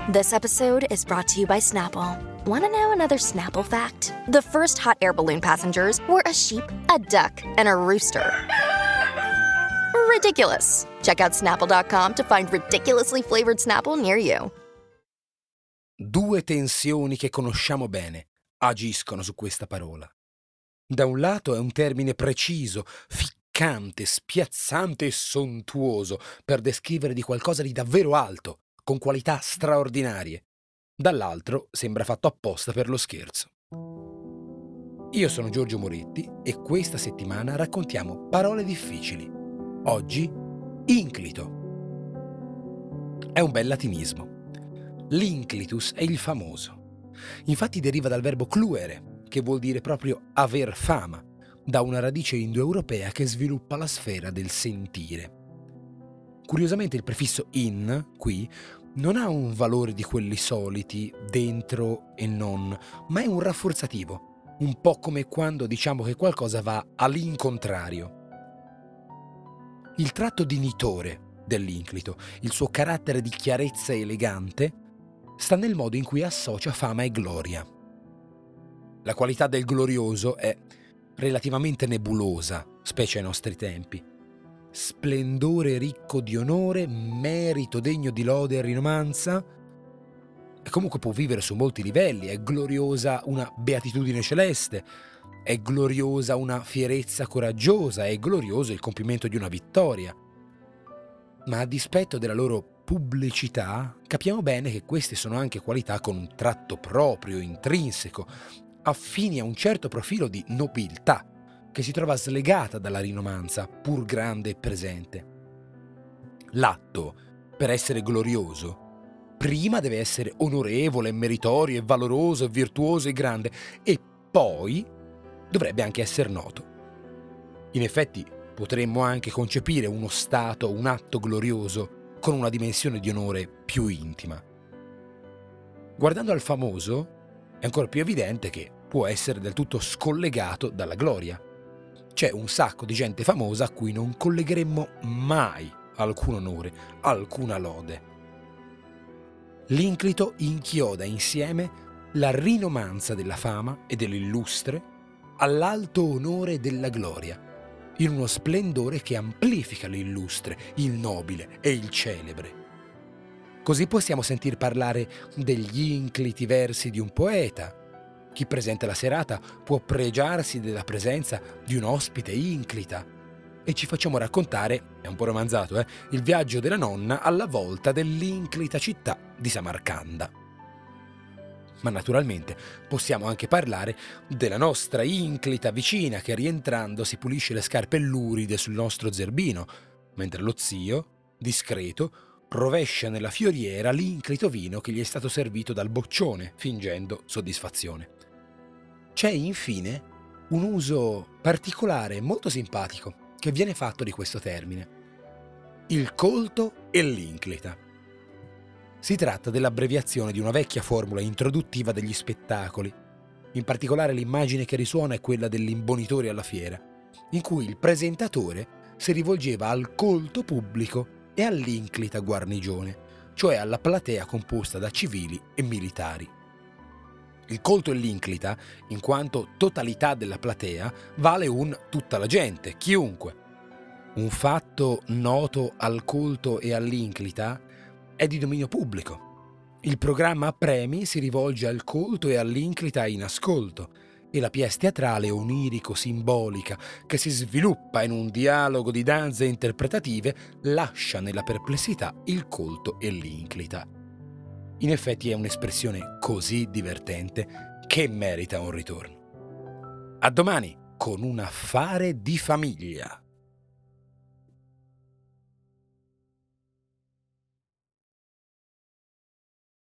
This episode is brought to you by Snapple. Want to know another Snapple fact? The first hot air balloon passengers were a sheep, a duck, and a rooster. Ridiculous. Check out Snapple.com to find ridiculously flavored Snapple near you. Due tensioni che conosciamo bene agiscono su questa parola. Da un lato è un termine preciso, ficcante, spiazzante e sontuoso per descrivere di qualcosa di davvero alto, con qualità straordinarie. Dall'altro sembra fatto apposta per lo scherzo. Io sono Giorgio Moretti e questa settimana raccontiamo parole difficili. Oggi, inclito. È un bel latinismo. L'inclitus è il famoso. Infatti deriva dal verbo cluere, che vuol dire proprio aver fama, da una radice indoeuropea che sviluppa la sfera del sentire. Curiosamente il prefisso in, qui, non ha un valore di quelli soliti, dentro e non, ma è un rafforzativo, un po' come quando diciamo che qualcosa va all'incontrario. Il tratto dignitore dell'inclito, il suo carattere di chiarezza elegante, sta nel modo in cui associa fama e gloria. La qualità del glorioso è relativamente nebulosa, specie ai nostri tempi. Splendore ricco di onore, merito degno di lode e rinomanza, e comunque può vivere su molti livelli. È gloriosa una beatitudine celeste, è gloriosa una fierezza coraggiosa, è glorioso il compimento di una vittoria. Ma a dispetto della loro pubblicità, capiamo bene che queste sono anche qualità con un tratto proprio, intrinseco, affini a un certo profilo di nobiltà, che si trova slegata dalla rinomanza, pur grande e presente. L'atto, per essere glorioso, prima deve essere onorevole, meritorio, e valoroso, e virtuoso e grande, e poi dovrebbe anche essere noto. In effetti, potremmo anche concepire uno stato, un atto glorioso, con una dimensione di onore più intima. Guardando al famoso, è ancora più evidente che può essere del tutto scollegato dalla gloria. C'è un sacco di gente famosa a cui non collegheremmo mai alcun onore, alcuna lode. L'inclito inchioda insieme la rinomanza della fama e dell'illustre all'alto onore della gloria, in uno splendore che amplifica l'illustre, il nobile e il celebre. Così possiamo sentir parlare degli incliti versi di un poeta. Chi presenta la serata può pregiarsi della presenza di un ospite inclita. E ci facciamo raccontare, è un po' romanzato, il viaggio della nonna alla volta dell'inclita città di Samarcanda. Ma naturalmente possiamo anche parlare della nostra inclita vicina che rientrando si pulisce le scarpe luride sul nostro zerbino, mentre lo zio, discreto, rovescia nella fioriera l'inclito vino che gli è stato servito dal boccione, fingendo soddisfazione. C'è infine un uso particolare molto simpatico che viene fatto di questo termine: il colto e l'inclita. Si tratta dell'abbreviazione di una vecchia formula introduttiva degli spettacoli. In particolare l'immagine che risuona è quella dell'imbonitore alla fiera, in cui il presentatore si rivolgeva al colto pubblico e all'inclita guarnigione, cioè alla platea composta da civili e militari. Il colto e l'inclita, in quanto totalità della platea, vale un tutta la gente, chiunque. Un fatto noto al colto e all'inclita è di dominio pubblico. Il programma a premi si rivolge al colto e all'inclita in ascolto, e la pièce teatrale onirico-simbolica che si sviluppa in un dialogo di danze interpretative lascia nella perplessità il colto e l'inclita. In effetti è un'espressione così divertente che merita un ritorno. A domani con un affare di famiglia.